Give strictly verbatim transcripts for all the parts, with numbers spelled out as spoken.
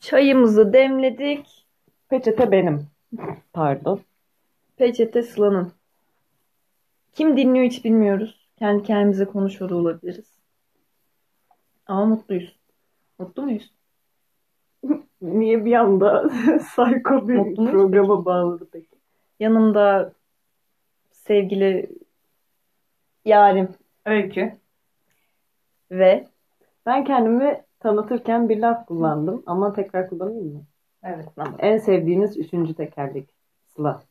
Çayımızı demledik. Peçete benim. Pardon. Peçete Sıla'nın. Kim dinliyor hiç bilmiyoruz. Kendi kendimize konuşuyor da olabiliriz. Ama mutluyuz. Mutlu muyuz? Niye bir anda psycho bir Mutlu muyuz programa bağladı peki? Yanımda sevgili yarim Öykü. ve Ben kendimi tanıtırken bir laf kullandım ama tekrar kullanayım mı? evet ama En sevdiğiniz üçüncü tekerlek. Sıla.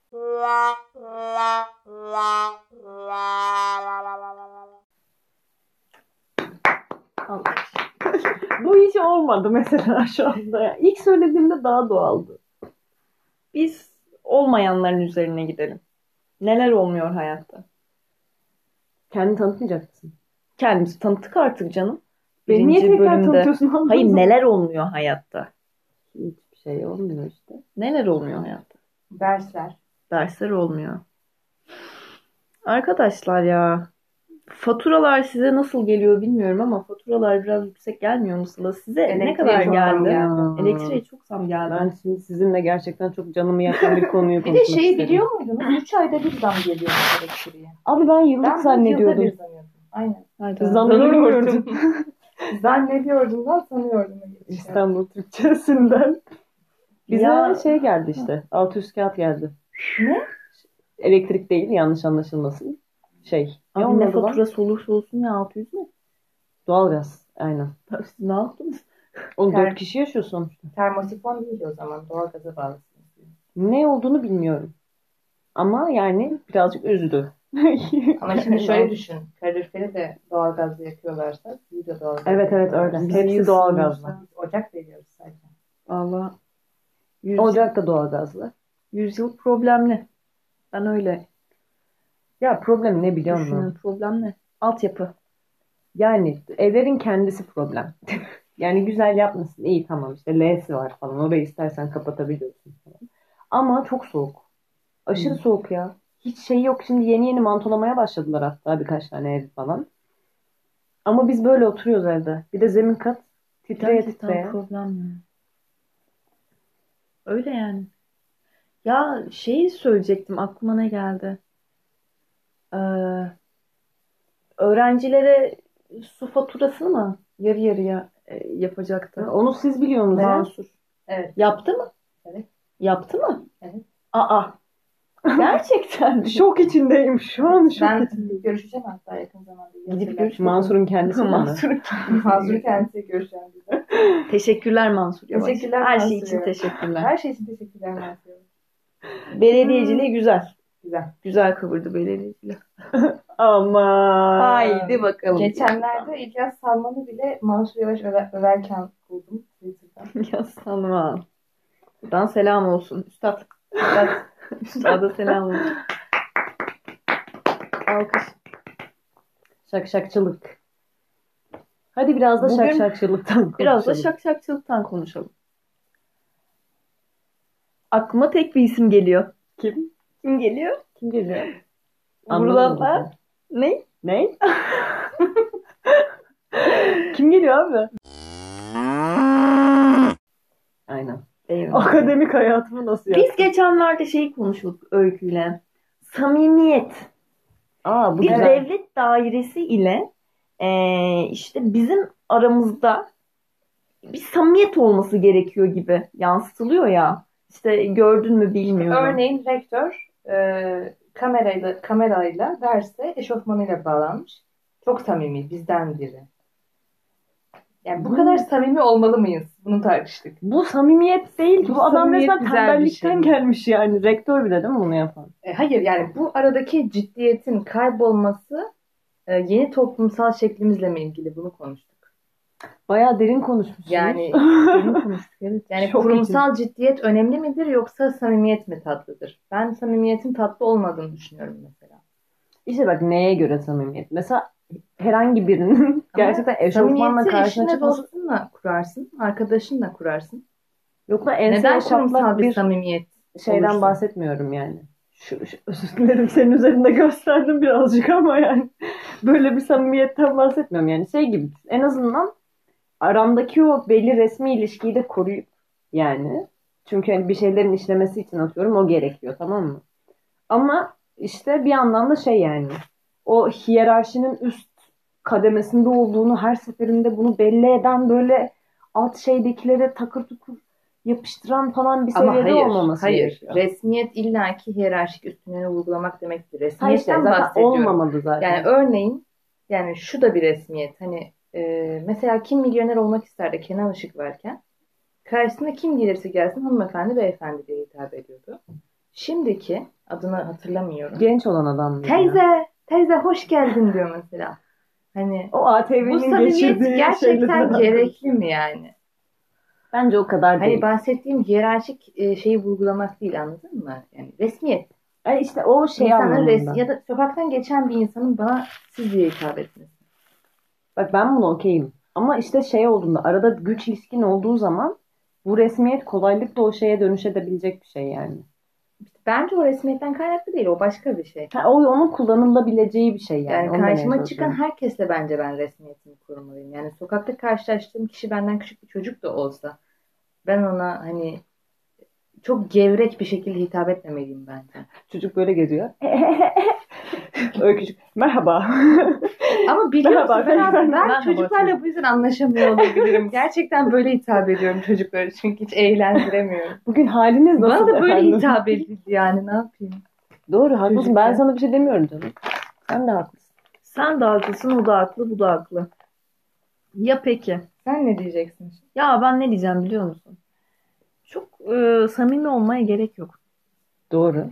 Bu hiç olmadı mesela şu anda. İlk söylediğimde daha doğaldı. biz olmayanların üzerine gidelim. Neler olmuyor hayatta? Kendini tanıtmayacak mısın? Kendimizi tanıttık artık canım. Beni niye Birinci tekrar bölümde. tanıtıyorsun? Hayır, neler olmuyor hayatta? Hiçbir şey olmuyor işte. Neler olmuyor hayatta? Dersler. Dersler olmuyor. Arkadaşlar ya, faturalar size nasıl geliyor bilmiyorum ama faturalar biraz yüksek gelmiyor mu Sıla? Size ne Elektriğe kadar çok zam geldi? geldi. Elektriğe çok zam geldi. Ben şimdi sizinle gerçekten çok canımı yakan bir konuyu Bir de konuşmak şeyi istedim. biliyor muydunuz? üç ayda bir zam geliyor elektriğe. Abi ben yıllık Ben yılda zannediyordum. bir sanıyordum. Aynen. Hayda. Zannediyordum. Zannediyordum da sanıyordum. İstanbul Türkçesinden. Bize Ya- şey geldi işte. altı yüz kağıt geldi. Ne? Elektrik değil, yanlış anlaşılmasın. Şey. Abi onun ne adı lan? faturası olursa olsun ya altı yüz mü? Doğalgaz. Aynen. Siz ne yaptınız? Oğlum Ter- dört kişi yaşıyor sonuçta. Termosifon değil o zaman. Doğalgaza bağlısınız. Ne olduğunu bilmiyorum. Ama yani birazcık üzdü. Ama şimdi şöyle düşün. Kaloriferi de doğalgazla yakıyorlarsa biz de doğalgaz. Evet evet öyle. Bizi Hepsi yıl doğalgazla. Ocak veriyoruz sadece. Valla yüz, Ocak da doğalgazla. yüz yıl problemli. Ben öyle Ya problem ne biliyor musun? düşünüyorum. Problem ne? Altyapı. Yani evlerin kendisi problem. Yani güzel yapmışsın. İyi tamam işte L'si var falan. Orayı istersen kapatabiliyorsun falan. Ama çok soğuk. Aşırı Hmm. soğuk ya. Hiç şey yok. Şimdi yeni yeni mantolamaya başladılar hatta birkaç tane ev falan. Ama biz böyle oturuyoruz evde. Bir de zemin kat titreye Gerçekten titreye. problem mi? Öyle yani. Ya şeyi söyleyecektim, aklıma ne geldi? Ee, öğrencilere su faturasını mı yarı yarıya e, yapacaktı? Onu siz biliyorsunuz ya. Mansur. Evet. Yaptı mı? Evet. Yaptı mı? Evet. Aa. Gerçekten. Şok içindeyim şu an. Şok Ben içindeyim. görüşeceğim hatta yakın zamanda. Gidip görüş. Mansur'un kendisi mi? Mansur'un Mansur'u kendisi görüşeceğim. bize. Teşekkürler Mansur Yavaş. Teşekkürler Her şey Mansur için Yavaş. teşekkürler. Her şey için teşekkürler Mansur. Belediyeciliği güzel. Güzel. Güzel kıvırdı belediyeciliği. Ama. Haydi bakalım. Geçenlerde İlyas Salman'ı bile Mansur Yavaş öve- överken buldum Twitter'dan. Ya Salman. Buradan selam olsun. Üstad. Üstad. Üstada selam olsun. Alkış. Şakşakçılık. Hadi biraz da Bugün şakşakçılıktan konuşalım. Biraz da şakşakçılıktan konuşalım. Aklıma tek bir isim geliyor. Kim? Kim geliyor? Kim geliyor? Vurulanlar. Ne? Ne? Kim geliyor abi? Aynen. Eyvallah. Akademik hayatımı nasıl yaptın? Biz geçenlerde şey konuştuk Öykü'yle. Samimiyet. Aa bu Bir güzel. devlet dairesi ile eee, işte bizim aramızda bir samimiyet olması gerekiyor gibi yansıtılıyor ya. İşte gördün mü bilmiyorum. Örneğin rektör e, kamerayla kamerayla derste eşofmanıyla bağlanmış. Çok samimi bizden biri. Yani bu Bu- kadar samimi olmalı mıyız? Bunu tartıştık. Bu samimiyet değil ki. Bu Bu adam samimiyet resmen güzel bir tembellikten şey. gelmiş yani. Rektör bile değil mi bunu yapan? E, hayır yani bu aradaki ciddiyetin kaybolması e, yeni toplumsal şeklimizle mi ilgili bunu konuştuk. Bayağı derin konuşmuşsunuz. Yani Derin konuştuk, evet. yani Çok kurumsal ciddiyet önemli midir yoksa samimiyet mi tatlıdır? Ben samimiyetin tatlı olmadığını düşünüyorum mesela. İşte bak neye göre samimiyet? Mesela herhangi birinin gerçekten eşofmanla Samimiyeti karşına eşinle çıkması. dostunla kurarsın, arkadaşınla kurarsın. Yok da ense Neden kurumsal şaplak bir bir samimiyet şeyden olursun? bahsetmiyorum yani. Şu, şu, özür dilerim senin üzerinde gösterdim birazcık ama yani böyle bir samimiyetten bahsetmiyorum yani şey gibi en azından aramdaki o belli resmi ilişkiyi de koruyup yani. Çünkü hani bir şeylerin işlemesi için atıyorum o gerekiyor, tamam mı? Ama işte bir yandan da şey yani o hiyerarşinin üst kademesinde olduğunu her seferinde bunu belli eden böyle alt şeydekilere takır tukur yapıştıran falan bir Ama seviyede hayır, olmaması hayır. gerekiyor. Resmiyet illaki hiyerarşik üstünlüğünü vurgulamak demektir. Hayır, Resmiyetten işte zaten bahsediyorum. olmamalı zaten. Yani örneğin, yani şu da bir resmiyet. Hani e, mesela kim milyoner olmak ister de Kenan Işık varken karşısına kim gelirse gelsin hanımefendi, beyefendi diye hitap ediyordu. Şimdiki adını hatırlamıyorum. Genç olan adam mıydı ya? Teyze, teyze hoş geldin diyor mesela. Hani O A T bu V'nin samimiyet geçirdiği gerçekten şeylerden. gerekli mi yani? Bence o kadar Hani değil. bahsettiğim hiyerarşik e, şeyi vurgulamak değil, anladın mı? Yani resmiyet. Yani işte o şey İnsanın anlamında. res ya da sokaktan geçen bir insanın bana siz diye hitap etmesi. Bak ben buna okeyim. Ama işte şey olduğunda arada güç ilişkin olduğu zaman bu resmiyet kolaylıkla o şeye dönüşebilecek bir şey yani. Bence o resmiyetten kaynaklı değil. O başka bir şey. Ha, o onun kullanılabileceği bir şey yani. Yani Onu demeye karşıma çıkan çalışıyorum. herkesle bence ben resmiyetimi korumalıyım. Yani sokakta karşılaştığım kişi benden küçük bir çocuk da olsa ben ona hani çok gevrek bir şekilde hitap etmemeliyim bence. Çocuk böyle geziyor. Öyle küçük. Merhaba. Ama biliyor musun Merhaba, ben, aslında- ben merhaba çocuklarla çocuk. bu yüzden anlaşamıyor olabilirim. Gerçekten böyle hitap ediyorum çocuklara çünkü hiç eğlendiremiyorum. Bugün haliniz nasıl Bana da böyle efendim? hitap edildi yani, ne yapayım? Doğru, haklısın. Çocuk Ben ya. sana bir şey demiyorum canım. Sen de haklısın. Sen de haklısın, o da haklı, bu da haklı. Ya peki? Sen ne diyeceksin? Ya ben ne diyeceğim biliyor musun? Çok e, samimi olmaya gerek yok. Doğru.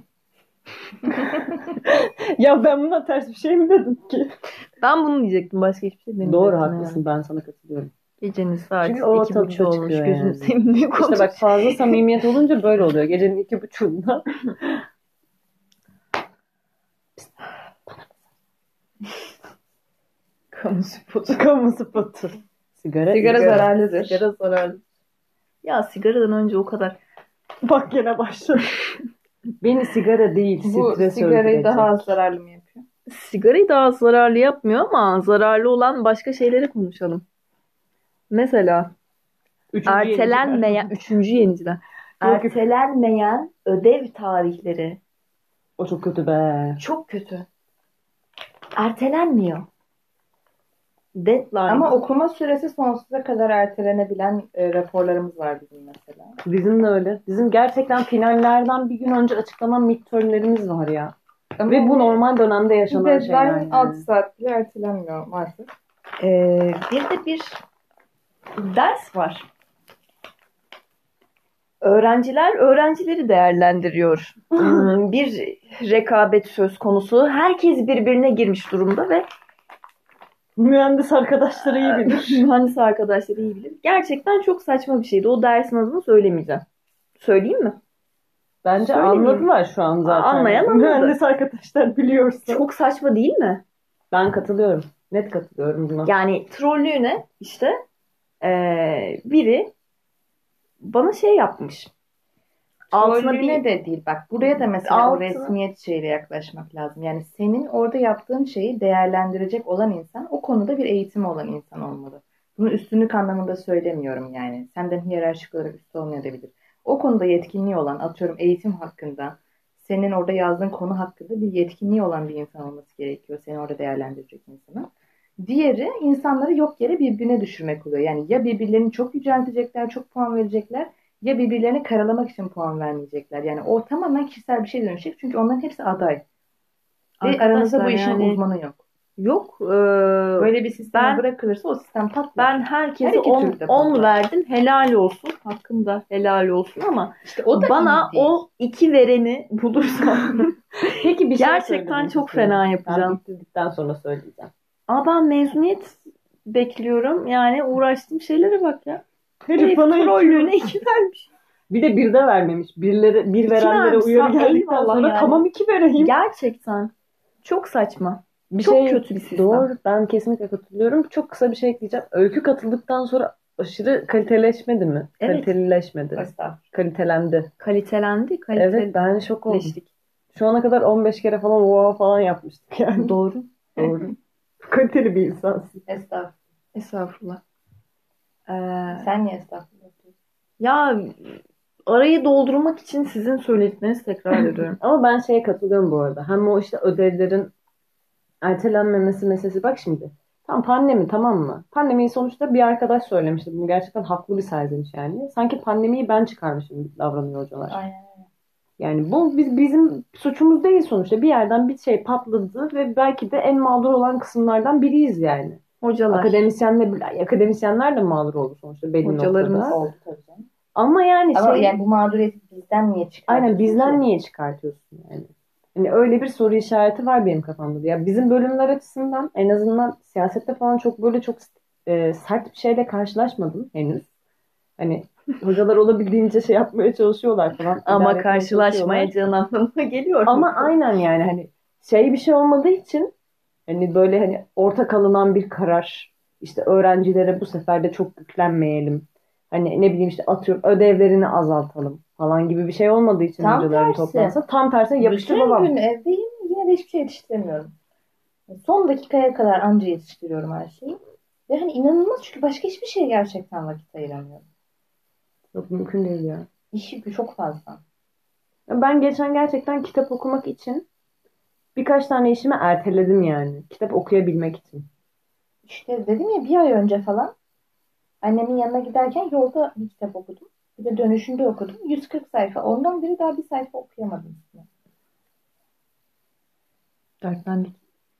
Ya ben buna ters bir şey mi dedim ki? Ben bunu diyecektim, başka hiçbir şey demeyecektim. Doğru, yani. haklısın. Ben sana katılıyorum. Gecenin saat Çünkü o iki tadı buçuk da olmuş. çıkıyor Gözünü yani. seveyim diye İşte konuş. bak fazla samimiyet olunca böyle oluyor. Gecenin iki buçuğunda. Kamu spotu. Kamu spotu. Sigara, Sigara zararlıdır. Sigara zararlı. Ya sigaradan önce o kadar. Bak gene başladı. Beni sigara değil, Bu stres sigarayı öldürecek. daha az zararlı mı yapıyor? Sigarayı daha zararlı yapmıyor ama zararlı olan başka şeyleri konuşalım. Mesela Üçüncü ertelenmeyen, üçüncü yeniciler. Yok. Ertelenmeyen ödev tarihleri O çok kötü be. çok kötü. Ertelenmiyor. Deadline. Ama okuma süresi sonsuza kadar ertelenebilen e, raporlarımız var bizim mesela. Bizim de öyle. Bizim gerçekten finallerden bir gün önce açıklanan midtermlerimiz var ya. Ama Ve bu normal dönemde yaşanan şeyler. deadline Yani. altı saat bile ertelenmiyor maalesef. Ee, bir de bir ders var. Öğrenciler öğrencileri değerlendiriyor. Hmm, bir rekabet söz konusu. Herkes birbirine girmiş durumda ve Mühendis arkadaşları iyi bilir. mühendis arkadaşları iyi bilir. Gerçekten çok saçma bir şeydi. O dersin adını söylemeyeceğim. Söyleyeyim mi? Bence Söylemeyeyim. anladılar şu an zaten. Anlayan anladı. Mühendis arkadaşlar biliyorsa. Çok saçma değil mi? Ben katılıyorum. Net katılıyorum buna. Yani trollüğüne işte ee, biri bana şey yapmış. Altına Trollüğüne bir de değil. Bak buraya da mesela Altına- o resmiyet şeyle yaklaşmak lazım. Yani senin orada yaptığın şeyi değerlendirecek olan insan o konuda bir eğitimi olan insan olmalı. Bunu üstünlük anlamında söylemiyorum yani. Senden hiyerarşik olarak üstü olmayabilir. O konuda yetkinliği olan, atıyorum eğitim hakkında, senin orada yazdığın konu hakkında bir yetkinliği olan bir insan olması gerekiyor. Seni orada değerlendirecek insanın. Diğeri insanları yok yere birbirine düşürmek oluyor. Yani ya birbirlerini çok yüceltecekler, çok puan verecekler ya birbirlerini karalamak için puan vermeyecekler. Yani o tamamen kişisel bir şey dönüşecek. Çünkü onların hepsi aday. Ve Arkadaşlar aranızda bu işin yani- uzmanı yok. yok. ee, Böyle bir sisteme ben- bırakılırsa o sistem patlar. Ben Her herkese iki on türlü de patlar. verdim. Helal olsun. Hakkımda helal olsun ama İşte o da bana iyi değil. o iki vereni bulursam Peki bir şey gerçekten söylemek çok istiyorum. fena Ben yapacağım. bitirdikten sonra söyleyeceğim. Ama ben mezuniyet bekliyorum. Yani uğraştığım şeylere bak ya. Herif Herif bana iki- trollüğüne iki vermiş. Bir de bir de vermemiş. Birleri, bir İki verenlere vermiş. uyarı Sağ- geldikten eyvallah sonra yani. tamam iki vereyim. Gerçekten. Çok saçma. Bir Çok şey kötü bir sistem. Doğru. Ben kesinlikle katılıyorum. Çok kısa bir şey ekleyeceğim. Öykü katıldıktan sonra aşırı kaliteleşmedi mi? Evet. Kalitelileşmedi. Estağfurullah. Kalitelendi. Kalitelendi. Evet ben şok oldum. Kaliteleştik. Şu ana kadar on beş kere falan wow falan yapmıştık yani. Doğru. Doğru. Kaliteli bir insansın. Estağfurullah. Estağfurullah. Ee, Sen niye estağfurullah diyorsun? ya arayı doldurmak için sizin söylediklerinizi tekrar ediyorum. Ama ben şeye katılıyorum bu arada. Hem o işte ödevlerin ertelenmemesi meselesi. Bak şimdi. Tam pandemi, tamam mı? Pandemiyi sonuçta bir arkadaş söylemişti. Bu gerçekten haklı bir serzeniş yani. Sanki pandemiyi ben çıkarmışım gibi davranıyor hocalar. Aynen. Yani bu biz, bizim suçumuz değil sonuçta. Bir yerden bir şey patladı ve belki de en mağdur olan kısımlardan biriyiz yani. Hocalar. Akademisyenler, akademisyenler de mağdur oldu sonuçta belli Hocalarımız noktada. Oldu tabii canım. Ama yani Ama şey... yani bu mağduriyeti bizden niye çıkartıyorsun Aynen bizden ki? niye çıkartıyorsun yani? Yani öyle bir soru işareti var benim kafamda. Ya bizim bölümler açısından en azından siyasette falan çok böyle çok e, sert bir şeyle karşılaşmadım henüz. Hani hocalar olabildiğince şey yapmaya çalışıyorlar falan. Ama idare etmeye karşılaşmayacağın anlamına geliyor. Ama aynen yani hani şey bir şey olmadığı için hani böyle hani ortak alınan bir karar, işte öğrencilere bu sefer de çok yüklenmeyelim. Hani ne bileyim işte atıyorum ödevlerini azaltalım falan gibi bir şey olmadığı için Tam hocaların tersi. toplansa tam tersine yapıştır Bütün babam. gün evdeyim, yine de hiçbir şey yetiştiremiyorum. Son dakikaya kadar anca yetiştiriyorum her şeyi. Ve hani inanılmaz, çünkü başka hiçbir şeye gerçekten vakit ayıramıyorum. Yok mümkün değil ya. İş yükü çok fazla. Ben geçen gerçekten kitap okumak için birkaç tane işimi erteledim yani. Kitap okuyabilmek için. İşte dedim ya, bir ay önce falan annemin yanına giderken yolda bir kitap okudum. Bir de dönüşünde okudum. yüz kırk sayfa. Ondan beri daha bir sayfa okuyamadım. Dertlendik.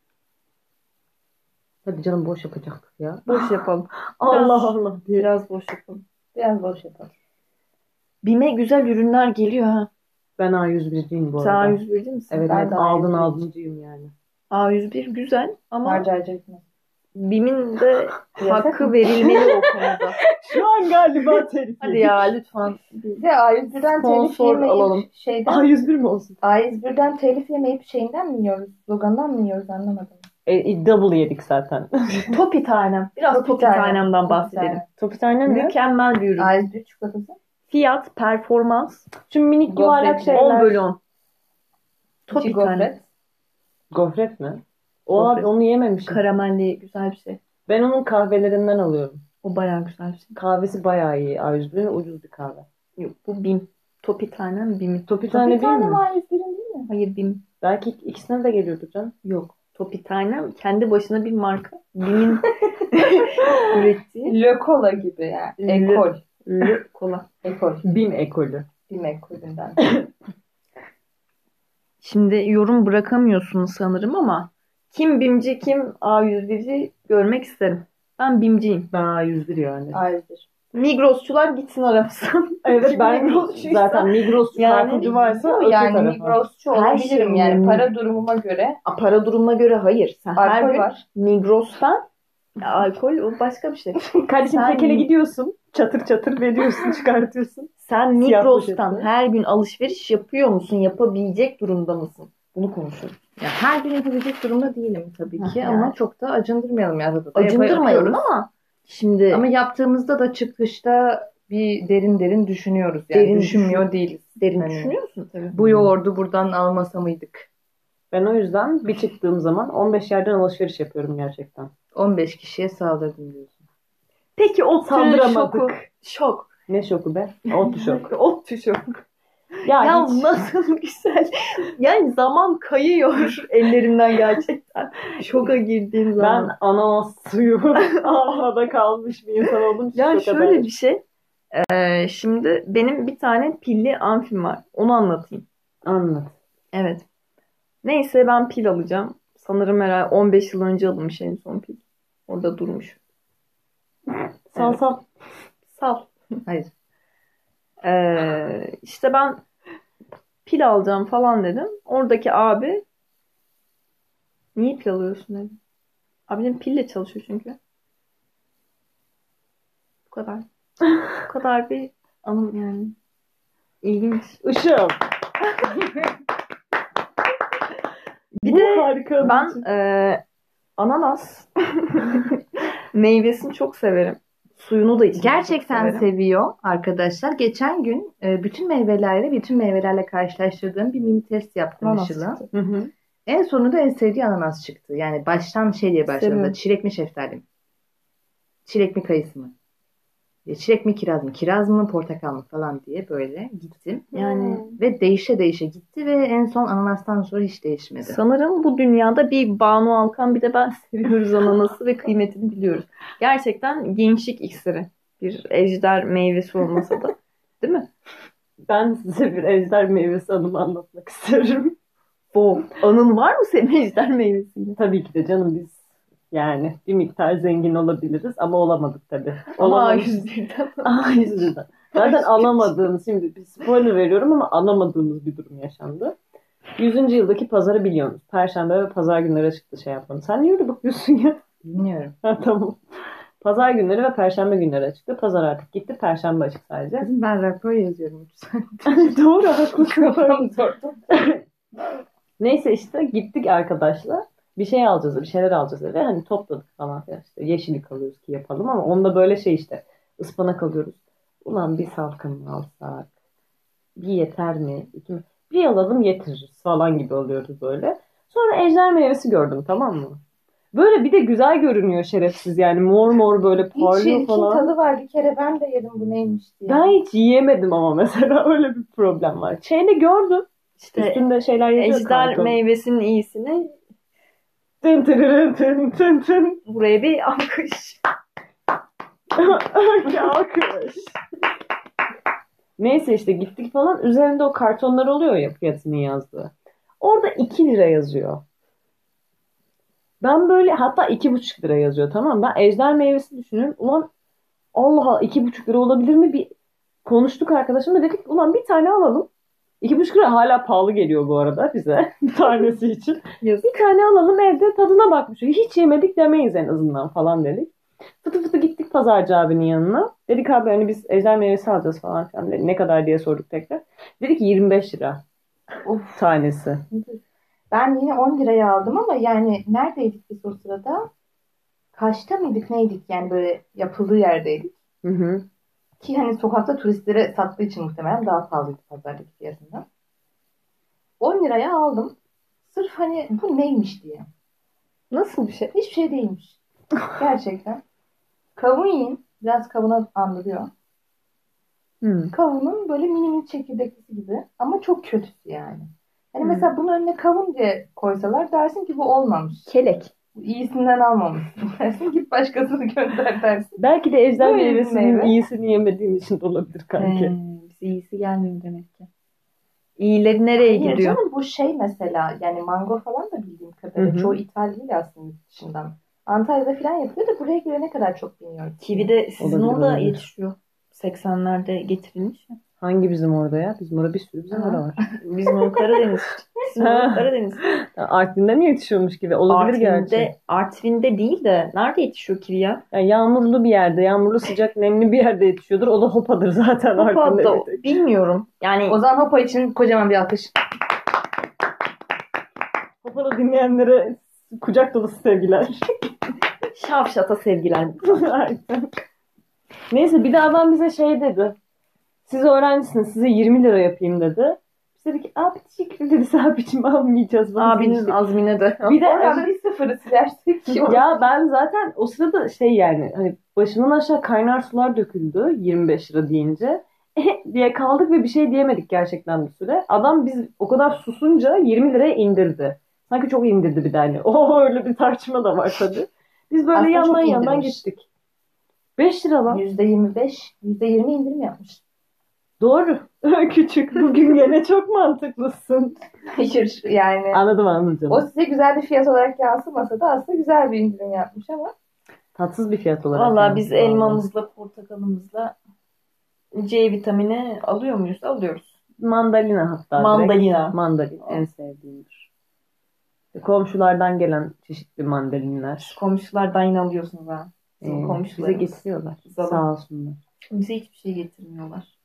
Hadi canım boş yapacaktık ya. Boş yapalım. Allah Allah diye. Biraz boş yapalım. Biraz boş yapalım. BİM'e güzel ürünler geliyor ha. Ben A yüz birciyim bu Sen arada. A yüz bir değil misin? Evet, Ben evet de aldın A yüz bir. aldıncıyım yani. A yüz bir güzel ama Harca harca gitmez. BİM'in de Yasak hakkı mı? verilmeli o konuda. Şu an galiba telif Hadi ya lütfen. Bir de A yüz birden telif Sponsor yemeyip alalım. şeyden A yüz bir mi olsun? A yüz birden telif yemeyip şeyinden mi yiyoruz? Slogandan mı yiyoruz, anlamadım. E, double yedik zaten. Topi tanem. Biraz Topi topi tanem. tanemden Topi bahsedelim. tanem. Topi tane mi? Mükemmel bir ürün. A yüz bir çikolatası. Fiyat, performans. Şu minik yuvarlak Gofret. şeyler. on bölü on. İçi Topi tanem. gofret. Gofret mi? O Gofret. onu yememişim. Karamelli güzel bir şey. Ben onun kahvelerinden alıyorum. O bayağı güzel bir şey. Kahvesi bayağı iyi. A yüz birin ucuz bir kahve. Yok bu BİM. Topi tanem BİM'in. Topi Bir tane değil tane mi? A yüz birin değil mi? Hayır BİM. Belki ikisine de geliyordu canım. Yok. Topi tanem kendi başına bir marka. BİM'in ürettiği. Le Cola gibi yani. Ekol. Le kola. Ekol. Bim ekolü. Bir ekolünden. Şimdi yorum bırakamıyorsunuz sanırım ama kim BİM'ci kim A yüz birci görmek isterim. Ben BİM'ciyim. Ben A yüz bir yani. A yüz bir. Migrosçular gitsin aramızdan. Evet Kim ben Migrosçuysa- zaten Migrosçu Yani- karpucu varsa öte Yani tarafa. Migrosçu Her olabilirim şeyin yani. mi? Para durumuma göre. A, para durumuna göre hayır. Sen her Alkol gün var. Migros'tan ya, alkol o başka bir şey. Kardeşim Sen- tekele gidiyorsun. Çatır çatır veriyorsun çıkartıyorsun. Sen Siyah Migros'tan poşette. her gün alışveriş yapıyor musun? Yapabilecek durumda mısın? Bunu konuşuyoruz. Ya her gün yapabilecek durumda değilim tabii ki, Hah, ama yani. çok da acındırmayalım ya. Da Acındırmayalım yapıyoruz. ama şimdi Ama yaptığımızda da çıkışta bir derin derin düşünüyoruz. Yani Derin düşünmüyor değiliz. derin Hani düşünüyorsun tabii. bu yoğurdu buradan almasa mıydık? Ben o yüzden bir çıktığım zaman on beş yerden alışveriş yapıyorum gerçekten. on beş kişiye saldırdım diyorsun. Peki o Saldıramadık. şoku. Şok. Ne şoku be? Ot şok. Ot şok. Ya, Ya hiç- nasıl güzel. Yani zaman kayıyor ellerimden gerçekten. Şoka girdiğim zaman. ben ananas suyu ağzada kalmış bir insan oldum. Ya Şoka şöyle dair. bir şey. Ee, şimdi benim bir tane pilli amfim var. Onu anlatayım. Anlat. Evet. Neyse ben pil alacağım. Sanırım herhalde on beş yıl önce alınmış en son pil. Orada durmuş. Sal Evet. sal. Sal. Hayır. Ee, işte ben pil alacağım falan dedim. Oradaki abi niye pil alıyorsun dedim. Abi dedim pille çalışıyor çünkü. Bu kadar. Bu kadar bir anım yani. İlginç. Işığım. Bir Bu de harika bir Ben şey. e, ananas meyvesini çok severim. Suyunu da içmeyi çok Gerçekten severim. seviyor arkadaşlar. Geçen gün e, bütün meyvelerle, bütün meyvelerle karşılaştırdığım bir mini test yaptım Ananas Işıl'a. çıktı. Hı hı. En sonunda en sevdiği ananas çıktı. Yani baştan şey diye başladı. Seviyorum. Çilek mi şeftali mi? Çilek mi kayısı mı? Ya çilek mi kiraz mı? Kiraz mı portakal mı falan diye böyle gittim. Yani Hmm. ve değişe değişe gitti ve en son ananastan sonra hiç değişmedi. Sanırım bu dünyada bir Banu Alkan bir de ben seviyoruz ananası ve kıymetini biliyoruz. Gerçekten gençlik iksiri. Bir ejder meyvesi olmasa da. Değil mi? Ben size bir ejder meyvesi anımı anlatmak istiyorum. Bu anın var mı senin ejder meyvesiyle? Tabii ki de canım biz yani bir miktar zengin olabiliriz ama olamadık tabii. Ama A Olamadık. yüz birden. A yüz birden. Zaten alamadığımız, şimdi bir spoiler veriyorum ama alamadığımız bir durum yaşandı. yüzüncü yıldaki pazarı biliyorsunuz. Perşembe ve pazar günleri açıktı şey yapmanı. Sen niye öyle bakıyorsun ya? Bilmiyorum. Ha, tamam. Pazar günleri ve perşembe günleri açıktı. Pazar artık gitti. Perşembe açık sadece. Kızım ben rapor yazıyorum. Doğru, haklısın. Kafamı sordum. Neyse işte gittik arkadaşlar. Bir şey alacağız, bir şeyler alacağız eve. Hani topladık falan filan işte. Yeşillik alıyoruz ki yapalım ama onda böyle şey işte. Ispanak alıyoruz. Ulan bir salkım mı alsak? Bir yeter mi? İki mi? Bir alalım yetiririz falan gibi oluyoruz böyle. Sonra ejder meyvesi gördüm, tamam mı? Böyle bir de güzel görünüyor şerefsiz yani. Mor mor böyle Hiç parlıyor çirkin falan. tadı var. Bir kere ben de yedim bu neymiş diye. Ben hiç yiyemedim ama mesela öyle bir problem var. Şeyini gördüm. İşte Üstünde şeyler yazıyor. ejder karton. meyvesinin iyisini Tın tırırın tın tın tın. buraya bir alkış. Öyle alkış. Neyse işte gittik falan. Üzerinde o kartonlar oluyor ya fiyatını yazdığı. Orada iki lira yazıyor. Ben böyle hatta iki buçuk lira yazıyor, tamam mı? Ben ejder meyvesi düşünüyorum. Ulan Allah Allah iki buçuk lira olabilir mi? Bir konuştuk arkadaşımla, dedik ulan bir tane alalım. iki buçuk lira hala pahalı geliyor bu arada bize bir tanesi için. Yazık. Bir tane alalım evde tadına bakmış. Hiç yemedik demeyiz en azından falan dedik. Fıtı fıtı gittik pazarcı abinin yanına. Dedik abi hani biz ejder meyvesi alacağız falan filan. Dedi. Ne kadar diye sorduk tekrar. Dedi ki yirmi beş lira Of. tanesi. Ben yine on liraya aldım ama yani neredeydik biz o sırada? Kaçta mıydık neydik yani böyle yapıldığı yerdeydik. Hı hı. Ki hani sokakta turistlere sattığı için muhtemelen daha pahalıydı pazardaki fiyatından. on liraya aldım. Sırf hani bu neymiş diye. Nasıl bir şey? Hiçbir şey değilmiş. Gerçekten. Kavun yiyin. Biraz kavuna andırıyor. Hmm. Kavunun böyle mini mini çekirdeklisi gibi. Ama çok kötüsü yani. Hani Hmm. mesela bunun önüne kavun diye koysalar dersin ki bu olmamış. Kelek. Bu iyisinden almamışsın dersin. Git başkasını gönder dersin. Belki de ejder Böyle bir meyvesinin meyve. iyisini yemediğim için de olabilir kanki. He, bize iyisi gelmiyor demek ki. İyileri nereye Hayır gidiyor? canım bu şey mesela yani mango falan da bildiğim kadarıyla Hı hı. çoğu ithal değil aslında yurt dışından. Antalya'da falan yapıyor da buraya gelene kadar çok bilmiyorum. Kivi de sizin Olabilir, orada olabilir. yetişiyor. seksenlerde getirilmiş mi? Hangi bizim orada ya? Bizim orada bir sürü bizim Aha. orada var. Bizim o Karadeniz. Bizim o Karadeniz. Artvin'de mi yetişiyormuş gibi? Olabilir gerçi. Artvin'de, Artvin'de değil de nerede yetişiyor kivi ya? Yani yağmurlu bir yerde, yağmurlu sıcak nemli bir yerde yetişiyordur. O da Hopa'dır zaten Artvin'de. Hopa'da bir tek. bilmiyorum. Yani O zaman Hopa için kocaman bir alkış. Hopa'da dinleyenlere kucak dolusu sevgiler. Şavşat'a sevgiler. Aynen. Neyse bir de adam bize şey dedi. Siz öğrencisiniz, size yirmi lira yapayım dedi. Biz dedik abi teşekkür ederiz abicim almayacağız. Abinin vazgeçtik. azmine de. Bir de Oradan bir sıfırı silersek. ya ben zaten o sırada şey yani hani başımdan aşağı kaynar sular döküldü yirmi beş lira deyince diye kaldık ve bir şey diyemedik gerçekten bir süre. Adam biz o kadar susunca yirmi liraya indirdi. Sanki çok indirdi bir de hani. O öyle bir tartışma da var tabii. Biz böyle Aslında yandan çok yandan indirmiş. gittik. beş lira lan. yüzde yirmi beş, yüzde yirmi indirim yapmış. Doğru. Küçük. Bugün gene çok mantıklısın. Hayır yani. Anladım anladım. O size güzel bir fiyat olarak yansımasa da aslında güzel bir indirim yapmış ama. Tatsız bir fiyat olarak. Valla yani. biz Vallahi. elmamızla, portakalımızla C vitamini alıyor muyuz? Alıyoruz. Mandalina hatta. Mandalina. Direkt. Mandalina en sevdiğimdir. Komşulardan gelen çeşitli mandalinler. Komşulardan yine alıyorsunuz ha. Ee, Bizim bize komşularımız. getiriyorlar. Zalim. Sağ olsunlar. Bize hiçbir şey getirmiyorlar.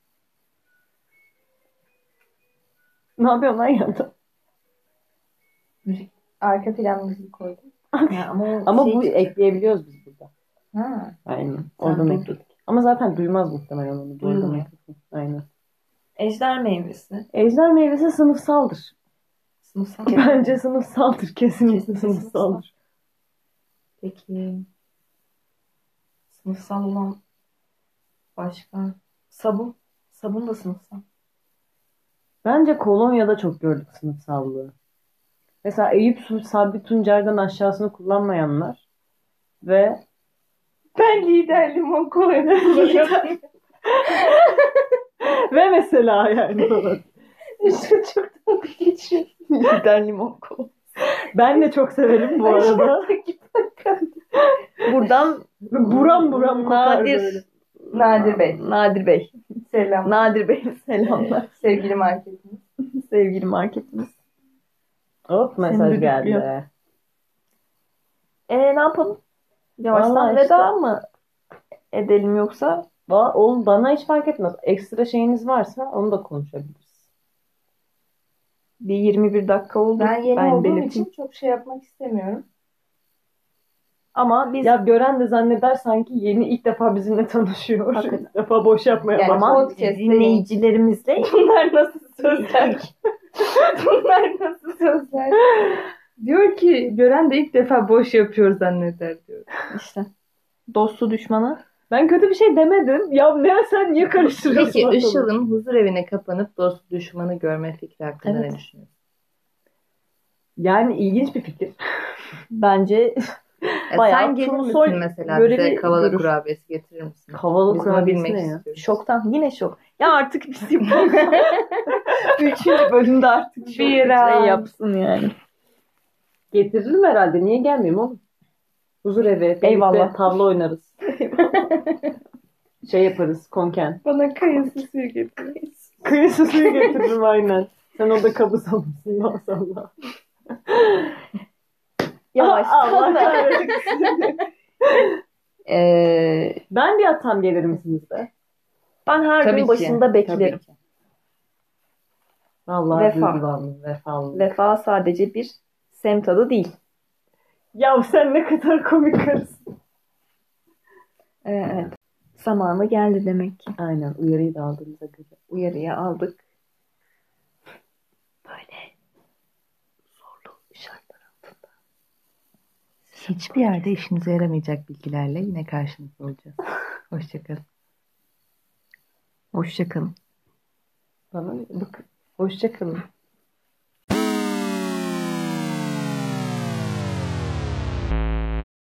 Ne yapıyorsun lan yanında? Müzik. Arka plan müziği koydum. Ya ama o Ama şey bu çıkacak. ekleyebiliyoruz biz burada. Ha. Aynen. Sen Oradan duydun. ekledik. Ama zaten duymaz muhtemelen onu. Duymuyor. Oradan ekledik. Aynen. Ejder meyvesi. Ejder meyvesi sınıfsaldır. Sınıfsal. Bence sınıfsaldır. Kesinlikle Kesinlikle sınıfsaldır. Peki. Sınıfsal olan Başka. Sabun. Sabun da sınıfsal. Bence Kolonya'da çok gördük sınıfsallığı. Mesela Eyüp Su- Sabri Tuncer'den aşağısını kullanmayanlar ve Ben lider limon kullanıyorum. ve mesela yani falan. İşte çok tatlı geçiyor. Lider limon kola. Ben de çok severim bu arada. Buradan Buram buram kokar Nadir, böyle. Nadir Bey. Nadir Bey. Selam. Nadir Bey selamlar. Sevgili marketimiz. Sevgili marketimiz. Hop mesaj Seni geldi. düdüklüyor. E ne yapalım? Yavaştan Vallahi veda işte. mı edelim yoksa? Va- Oğlum bana hiç fark etmez. Ekstra şeyiniz varsa onu da konuşabiliriz. Bir yirmi bir dakika oldu. Ben yeni olduğum belirteyim. için çok şey yapmak istemiyorum. Ama biz Ya gören de zanneder sanki yeni ilk defa bizimle tanışıyor. Hakikaten. İlk defa boş yapmaya Yani başladı. ama podcast'te- dinleyicilerimizle Bunlar nasıl sözler? Bunlar nasıl sözler? Diyor ki gören de ilk defa boş yapıyor zanneder diyor. işte dostu düşmanı. Ben kötü bir şey demedim. Ya ne sen niye karıştırıyorsun? Peki ortalığı? Işıl'ın huzur evine kapanıp dost düşmanı görme fikri hakkında Evet. ne düşünüyorsun? Yani ilginç bir fikir. Bence Ya Bayağı sen gelir Turnsoy misin mesela görevi bize kavala görür. kurabiyesi getirir misin? Kavalı Biz bunu kurabiyesi bilmek ne ya? istiyoruz. şoktan yine şok. Ya artık bizim üçüncü bölümde artık şok Bir bir an. şey yapsın yani. Getiririm herhalde. Niye gelmeyeyim oğlum? Huzur evi. Birlikte Eyvallah. tavla oynarız. Şey yaparız. Konken. Bana kayısı suyu getirir. Kıyısı suyu getiririm aynen. Sen orada kabız alırsın maşallah. Yavaştan Allah da. kahretsin. Ee, Ben bir atam gelir misiniz be? ben her Tabii gün ki, başında beklerim. tabii ki. Vallahi Vefa. duygulandım. Vefalı. Vefa sadece bir semt adı değil. Ya sen ne kadar komik karısın. Ee, evet. Zamanı geldi demek ki. Aynen uyarıyı da aldığımıza göre. Uyarıyı aldık. Böyle zorlu şartlar altında. Hiçbir yerde işinize yaramayacak bilgilerle yine karşınızda olacağız. Hoşçakalın. Hoşçakalın. Bana bak. Hoşça kalın.